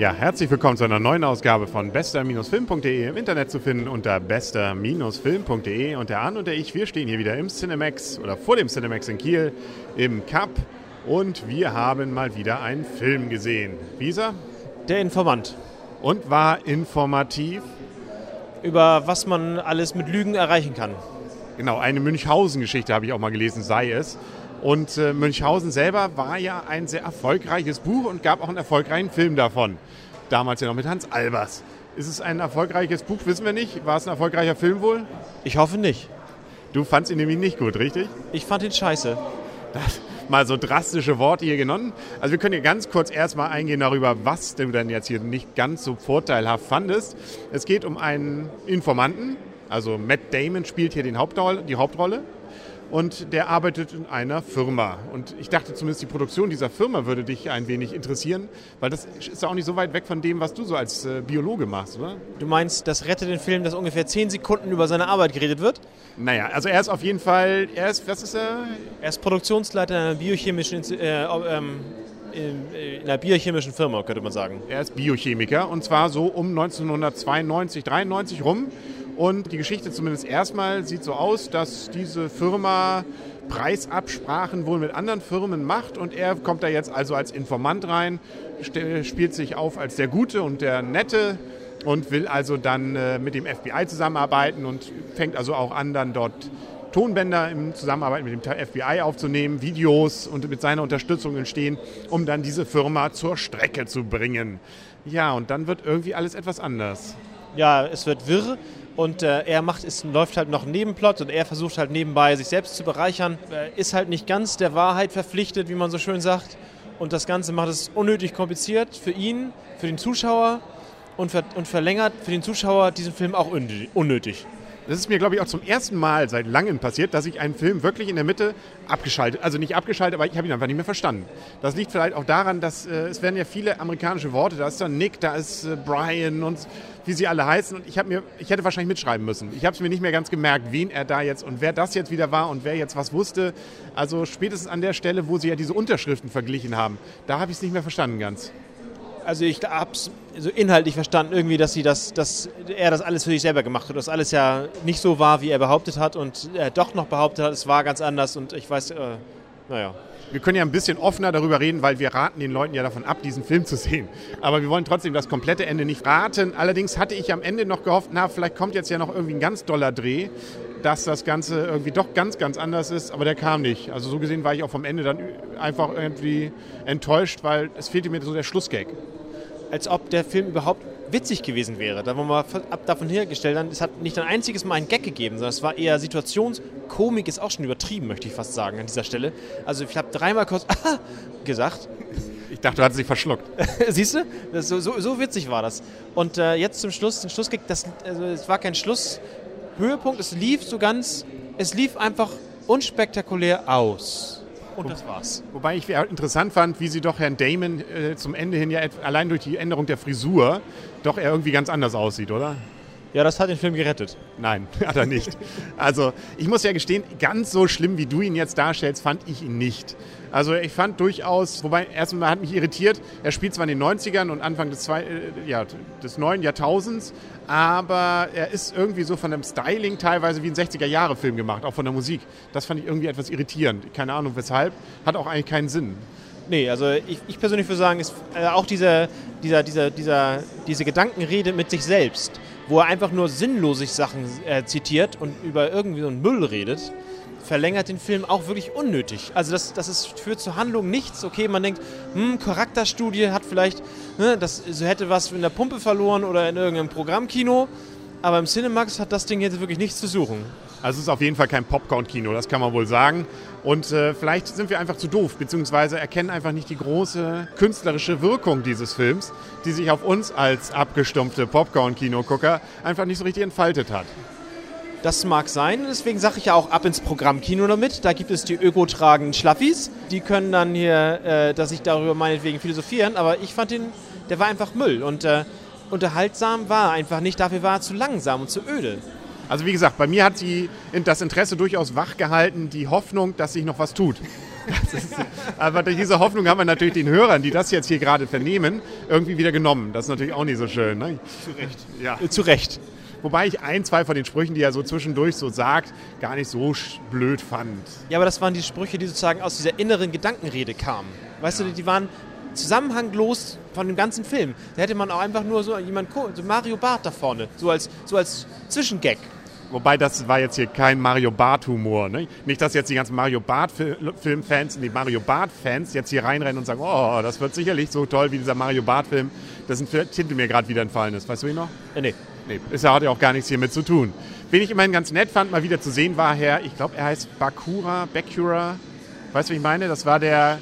Ja, herzlich willkommen zu einer neuen Ausgabe von bester-film.de, im Internet zu finden unter bester-film.de. Und der Arne und ich, wir stehen hier wieder im Cinemax oder vor dem Cinemax in Kiel im Cup und wir haben mal wieder einen Film gesehen. Wie ist er? Der Informant. Und war informativ? Über was man alles mit Lügen erreichen kann. Genau, eine Münchhausen-Geschichte habe ich auch mal gelesen, sei es. Und Münchhausen selber war ja ein sehr erfolgreiches Buch und gab auch einen erfolgreichen Film davon. Damals ja noch mit Hans Albers. Ist es ein erfolgreiches Buch, wissen wir nicht. War es ein erfolgreicher Film wohl? Ich hoffe nicht. Du fandst ihn nämlich nicht gut, richtig? Ich fand ihn scheiße. Das, mal so drastische Worte hier genommen. Also wir können hier ganz kurz erstmal eingehen darüber, was du denn jetzt hier nicht ganz so vorteilhaft fandest. Es geht um einen Informanten. Also Matt Damon spielt hier die Hauptrolle. Und der arbeitet in einer Firma. Und ich dachte zumindest, die Produktion dieser Firma würde dich ein wenig interessieren, weil das ist ja auch nicht so weit weg von dem, was du so als Biologe machst, oder? Du meinst, das rettet den Film, dass ungefähr 10 Sekunden über seine Arbeit geredet wird? Naja, also er ist auf jeden Fall, was ist er? Er ist Produktionsleiter einer in einer biochemischen Firma, könnte man sagen. Er ist Biochemiker und zwar so um 1992, 93 rum. Und die Geschichte zumindest erstmal sieht so aus, dass diese Firma Preisabsprachen wohl mit anderen Firmen macht und er kommt da jetzt also als Informant rein, spielt sich auf als der Gute und der Nette und will also dann mit dem FBI zusammenarbeiten und fängt also auch an, dann dort Tonbänder in Zusammenarbeit mit dem FBI aufzunehmen, Videos und mit seiner Unterstützung entstehen, um dann diese Firma zur Strecke zu bringen. Ja, und dann wird irgendwie alles etwas anders. Ja, es wird wirr. Und läuft halt noch einen Nebenplot und er versucht halt nebenbei, sich selbst zu bereichern. Ist halt nicht ganz der Wahrheit verpflichtet, wie man so schön sagt. Und das Ganze macht es unnötig kompliziert für ihn, für den Zuschauer und verlängert für den Zuschauer diesen Film auch unnötig. Das ist mir, glaube ich, auch zum ersten Mal seit langem passiert, dass ich einen Film wirklich in der Mitte nicht abgeschaltet, aber ich habe ihn einfach nicht mehr verstanden. Das liegt vielleicht auch daran, dass es werden ja viele amerikanische Worte, da ist dann Nick, da ist Brian und wie sie alle heißen. Und ich hätte wahrscheinlich mitschreiben müssen. Ich habe es mir nicht mehr ganz gemerkt, wen er da jetzt und wer das jetzt wieder war und wer jetzt was wusste. Also spätestens an der Stelle, wo sie ja diese Unterschriften verglichen haben, da habe ich es nicht mehr verstanden ganz. Also ich habe es so inhaltlich verstanden irgendwie, dass er das alles für sich selber gemacht hat. Dass alles ja nicht so war, wie er behauptet hat und er doch noch behauptet hat, es war ganz anders und ich weiß, naja. Wir können ja ein bisschen offener darüber reden, weil wir raten den Leuten ja davon ab, diesen Film zu sehen. Aber wir wollen trotzdem das komplette Ende nicht raten. Allerdings hatte ich am Ende noch gehofft, vielleicht kommt jetzt ja noch irgendwie ein ganz doller Dreh, dass das Ganze irgendwie doch ganz, ganz anders ist, aber der kam nicht. Also so gesehen war ich auch vom Ende dann einfach irgendwie enttäuscht, weil es fehlte mir so der Schlussgag. Als ob der Film überhaupt witzig gewesen wäre. Da wollen wir davon hergestellt haben, es hat nicht ein einziges Mal einen Gag gegeben, sondern es war eher Komik ist auch schon übertrieben, möchte ich fast sagen, an dieser Stelle. Also ich habe 3-mal kurz gesagt. Ich dachte, du hattest dich verschluckt. Siehst du? So witzig war das. Und jetzt zum Schluss, den Schlussgag, es war kein Schlusshöhepunkt, es lief einfach unspektakulär aus. Und das war's. Wobei ich interessant fand, wie sie doch Herrn Damon zum Ende hin ja allein durch die Änderung der Frisur doch er irgendwie ganz anders aussieht, oder? Ja, das hat den Film gerettet. Nein, hat er nicht. Also ich muss ja gestehen, ganz so schlimm, wie du ihn jetzt darstellst, fand ich ihn nicht. Also ich fand durchaus, wobei erstmal hat mich irritiert, er spielt zwar in den 90ern und Anfang des neuen Jahrtausends, aber er ist irgendwie so von dem Styling teilweise wie ein 60er-Jahre-Film gemacht, auch von der Musik. Das fand ich irgendwie etwas irritierend. Keine Ahnung weshalb, hat auch eigentlich keinen Sinn. Nee, also ich persönlich würde sagen, ist auch diese Gedankenrede mit sich selbst, wo er einfach nur sinnlose Sachen zitiert und über irgendwie so einen Müll redet, verlängert den Film auch wirklich unnötig. Also führt zur Handlung nichts. Okay, man denkt, Charakterstudie hat vielleicht, hätte was in der Pumpe verloren oder in irgendeinem Programmkino, aber im Cinemax hat das Ding jetzt wirklich nichts zu suchen. Also es ist auf jeden Fall kein Popcorn-Kino, das kann man wohl sagen. Und vielleicht sind wir einfach zu doof, beziehungsweise erkennen einfach nicht die große künstlerische Wirkung dieses Films, die sich auf uns als abgestumpfte Popcorn-Kino-Gucker einfach nicht so richtig entfaltet hat. Das mag sein, deswegen sage ich ja auch ab ins Programmkino damit. Da gibt es die ökotragenden Schlaffis, die können dann hier, dass ich darüber meinetwegen philosophieren, aber ich fand der war einfach Müll und unterhaltsam war er einfach nicht, dafür war er zu langsam und zu öde. Also wie gesagt, bei mir hat das Interesse durchaus wach gehalten, die Hoffnung, dass sich noch was tut. Aber durch diese Hoffnung haben wir natürlich den Hörern, die das jetzt hier gerade vernehmen, irgendwie wieder genommen. Das ist natürlich auch nicht so schön. Ne? Zu Recht. Ja. Zu Recht. Wobei ich 1, 2 von den Sprüchen, die er so zwischendurch so sagt, gar nicht so blöd fand. Ja, aber das waren die Sprüche, die sozusagen aus dieser inneren Gedankenrede kamen. Weißt du, die waren zusammenhanglos von dem ganzen Film. Da hätte man auch einfach nur so so Mario Barth da vorne, so als Zwischengag. Wobei, das war jetzt hier kein Mario Barth-Humor. Ne? Nicht, dass jetzt die ganzen Mario Barth-Filmfans und die Mario Barth-Fans jetzt hier reinrennen und sagen, oh, das wird sicherlich so toll wie dieser Mario Barth-Film, dessen Titel mir gerade wieder entfallen ist. Weißt du ihn noch? Nee. Nee, hat ja auch gar nichts hiermit zu tun. Wen ich immerhin ganz nett fand, mal wieder zu sehen, war ich glaube, er heißt Bakura, weißt du, wie ich meine? Das war der...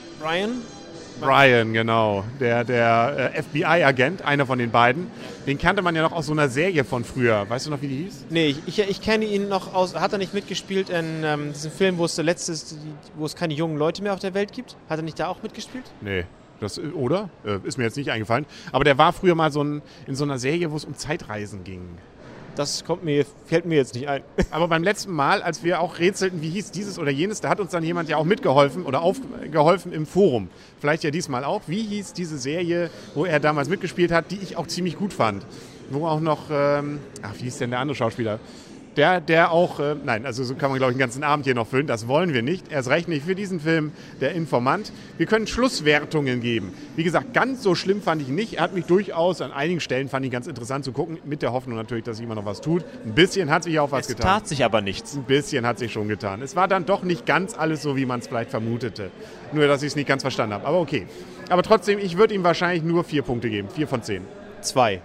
Brian, genau. Der FBI-Agent, einer von den beiden. Den kannte man ja noch aus so einer Serie von früher. Weißt du noch, wie die hieß? Nee, ich kenne ihn noch aus... Hat er nicht mitgespielt in diesem Film, wo es der letzte ist, wo es keine jungen Leute mehr auf der Welt gibt? Hat er nicht da auch mitgespielt? Nee. Oder? Ist mir jetzt nicht eingefallen. Aber der war früher mal in so einer Serie, wo es um Zeitreisen ging. Das fällt mir jetzt nicht ein. Aber beim letzten Mal, als wir auch rätselten, wie hieß dieses oder jenes, da hat uns dann jemand ja auch mitgeholfen oder geholfen im Forum. Vielleicht ja diesmal auch. Wie hieß diese Serie, wo er damals mitgespielt hat, die ich auch ziemlich gut fand? Wo auch noch, wie hieß denn der andere Schauspieler? Der auch, also so kann man, glaube ich, den ganzen Abend hier noch füllen. Das wollen wir nicht. Erst recht nicht für diesen Film, Der Informant. Wir können Schlusswertungen geben. Wie gesagt, ganz so schlimm fand ich ihn nicht. Er hat mich durchaus, an einigen Stellen fand ich ganz interessant zu gucken. Mit der Hoffnung natürlich, dass sich immer noch was tut. Ein bisschen hat sich auch was getan. Es tat sich aber nichts. Ein bisschen hat sich schon getan. Es war dann doch nicht ganz alles so, wie man es vielleicht vermutete. Nur, dass ich es nicht ganz verstanden habe. Aber okay. Aber trotzdem, ich würde ihm wahrscheinlich nur 4 Punkte geben. 4 von 10. 2.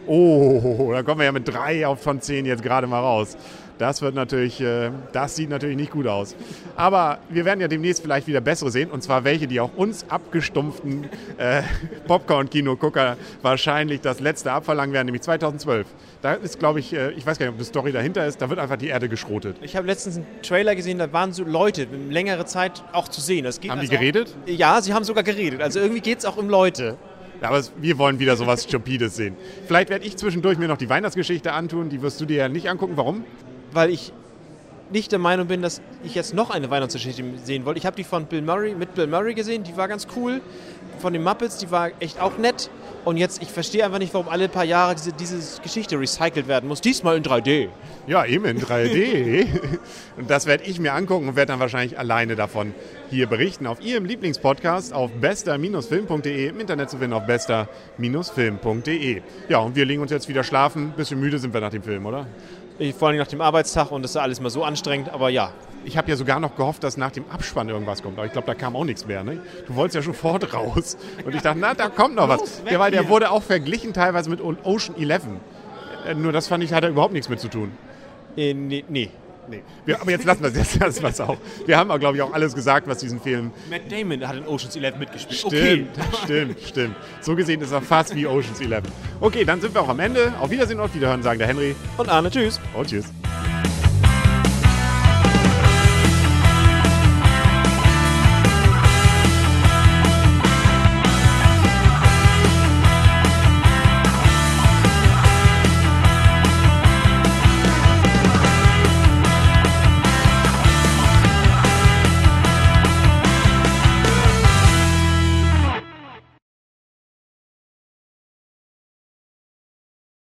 Oh, da kommen wir ja mit 3 von 10 jetzt gerade mal raus. Das sieht natürlich nicht gut aus. Aber wir werden ja demnächst vielleicht wieder bessere sehen. Und zwar welche, die auch uns abgestumpften Popcorn-Kino-Gucker wahrscheinlich das letzte abverlangen werden, nämlich 2012. Da ist, glaube ich weiß gar nicht, ob die Story dahinter ist, da wird einfach die Erde geschrotet. Ich habe letztens einen Trailer gesehen, da waren so Leute längere Zeit auch zu sehen. Haben die geredet? Ja, sie haben sogar geredet. Also irgendwie geht es auch um Leute. Ja, aber wir wollen wieder sowas Stupides sehen. Vielleicht werde ich zwischendurch mir noch die Weihnachtsgeschichte antun. Die wirst du dir ja nicht angucken. Warum? Weil ich nicht der Meinung bin, dass ich jetzt noch eine Weihnachtsgeschichte sehen wollte. Ich habe die mit Bill Murray gesehen, die war ganz cool. Von den Muppets, die war echt auch nett. Und jetzt, ich verstehe einfach nicht, warum alle paar Jahre diese Geschichte recycelt werden muss. Diesmal in 3D. Ja, eben in 3D. Und das werde ich mir angucken und werde dann wahrscheinlich alleine davon hier berichten. Auf Ihrem Lieblingspodcast auf bester-film.de, im Internet zu finden auf bester-film.de. Ja, und wir legen uns jetzt wieder schlafen. Bisschen müde sind wir nach dem Film, oder? Vor allem nach dem Arbeitstag und das ist alles mal so anstrengend, aber ja. Ich habe ja sogar noch gehofft, dass nach dem Abspann irgendwas kommt. Aber ich glaube, da kam auch nichts mehr. Ne? Du wolltest ja sofort raus. Und ich dachte, da kommt noch was. Ja, weil der wurde auch verglichen teilweise mit Ocean 11. Nur das fand ich, hat er überhaupt nichts mit zu tun. Nee. Aber jetzt lassen wir es auch. Wir haben, glaube ich, auch alles gesagt, was diesen Film... Matt Damon hat in Ocean's 11 mitgespielt. Stimmt. So gesehen ist er fast wie Ocean's 11. Okay, dann sind wir auch am Ende. Auf Wiedersehen und auf Wiederhören, sagen der Henry. Und Arne, tschüss. Und tschüss.